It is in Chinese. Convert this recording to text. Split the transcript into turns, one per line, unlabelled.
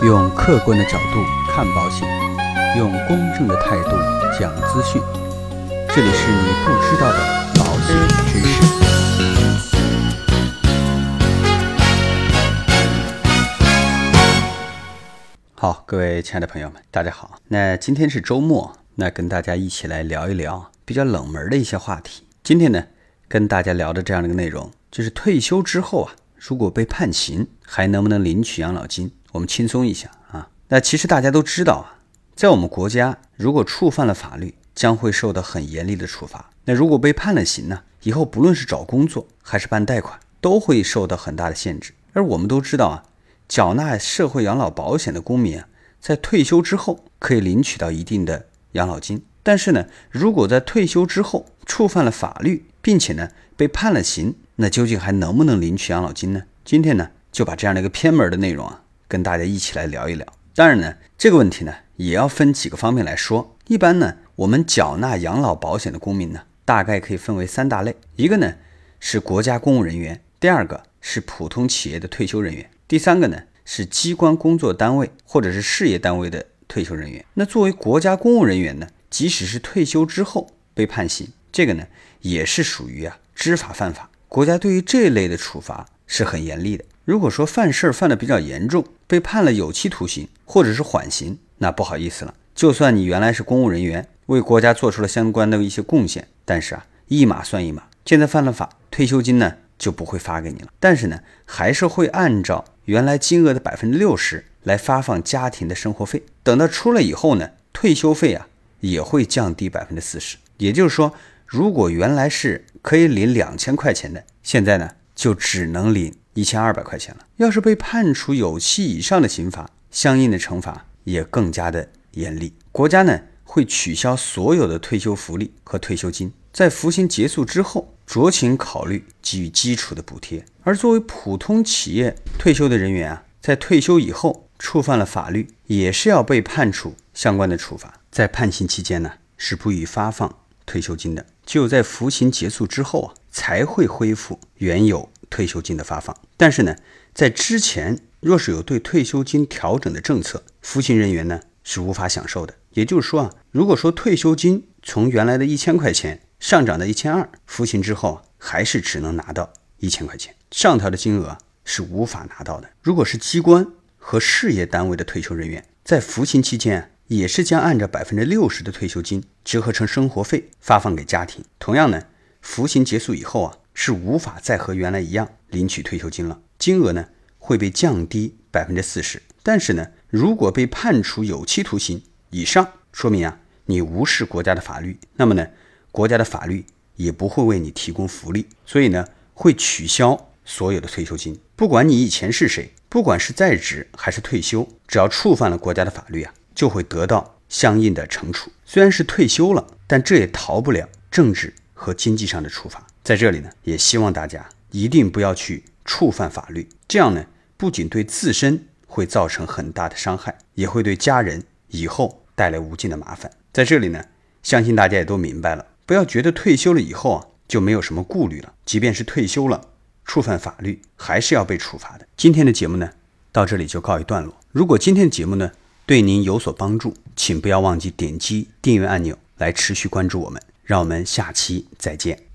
用客观的角度看保险，用公正的态度讲资讯。这里是你不知道的保险知识。好，各位亲爱的朋友们，大家好。那今天是周末，那跟大家一起来聊一聊比较冷门的一些话题。今天呢，跟大家聊的这样的一个内容，就是退休之后如果被判刑，还能不能领取养老金？我们轻松一下啊。那其实大家都知道在我们国家，如果触犯了法律，将会受到很严厉的处罚。那如果被判了刑呢，以后不论是找工作还是办贷款，都会受到很大的限制。而我们都知道缴纳社会养老保险的公民在退休之后可以领取到一定的养老金。但是呢，如果在退休之后触犯了法律，并且呢被判了刑，那究竟还能不能领取养老金呢？今天呢就把这样的一个偏门的内容跟大家一起来聊一聊。当然呢，这个问题呢也要分几个方面来说。一般呢，我们缴纳养老保险的公民呢，大概可以分为3大类。一个呢是国家公务人员，第二个是普通企业的退休人员，第三个呢是机关工作单位或者是事业单位的退休人员。那作为国家公务人员呢，即使是退休之后被判刑，这个呢也是属于知法犯法。国家对于这类的处罚是很严厉的。如果说犯事犯得比较严重，被判了有期徒刑或者是缓刑，那不好意思了，就算你原来是公务人员，为国家做出了相关的一些贡献，但是一码算一码，现在犯了法，退休金呢就不会发给你了。但是呢，还是会按照原来金额的 60% 来发放家庭的生活费。等到出来以后呢，退休费也会降低 40%。 也就是说，如果原来是可以领2000块钱的，现在呢就只能领1200块钱了。要是被判处有期以上的刑罚，相应的惩罚也更加的严厉。国家呢会取消所有的退休福利和退休金，在服刑结束之后酌情考虑给予基础的补贴。而作为普通企业退休的人员在退休以后触犯了法律，也是要被判处相关的处罚。在判刑期间呢是不予发放退休金的，只有在服刑结束之后才会恢复原有退休金的发放。但是呢，在之前若是有对退休金调整的政策，服刑人员呢是无法享受的。也就是说如果说退休金从原来的1000块钱上涨到1200，服刑之后还是只能拿到1000块钱，上调的金额是无法拿到的。如果是机关和事业单位的退休人员，在服刑期间也是将按照 60% 的退休金折合成生活费发放给家庭。同样呢，服刑结束以后是无法再和原来一样领取退休金了，金额呢会被降低 40%。 但是呢，如果被判处有期徒刑以上，说明你无视国家的法律，那么呢，国家的法律也不会为你提供福利，所以呢，会取消所有的退休金。不管你以前是谁，不管是在职还是退休，只要触犯了国家的法律就会得到相应的惩处。虽然是退休了，但这也逃不了政治和经济上的处罚。在这里呢，也希望大家一定不要去触犯法律，这样呢，不仅对自身会造成很大的伤害，也会对家人以后带来无尽的麻烦。在这里呢，相信大家也都明白了，不要觉得退休了以后就没有什么顾虑了，即便是退休了，触犯法律还是要被处罚的。今天的节目呢，到这里就告一段落。如果今天的节目呢对您有所帮助，请不要忘记点击订阅按钮来持续关注我们。让我们下期再见。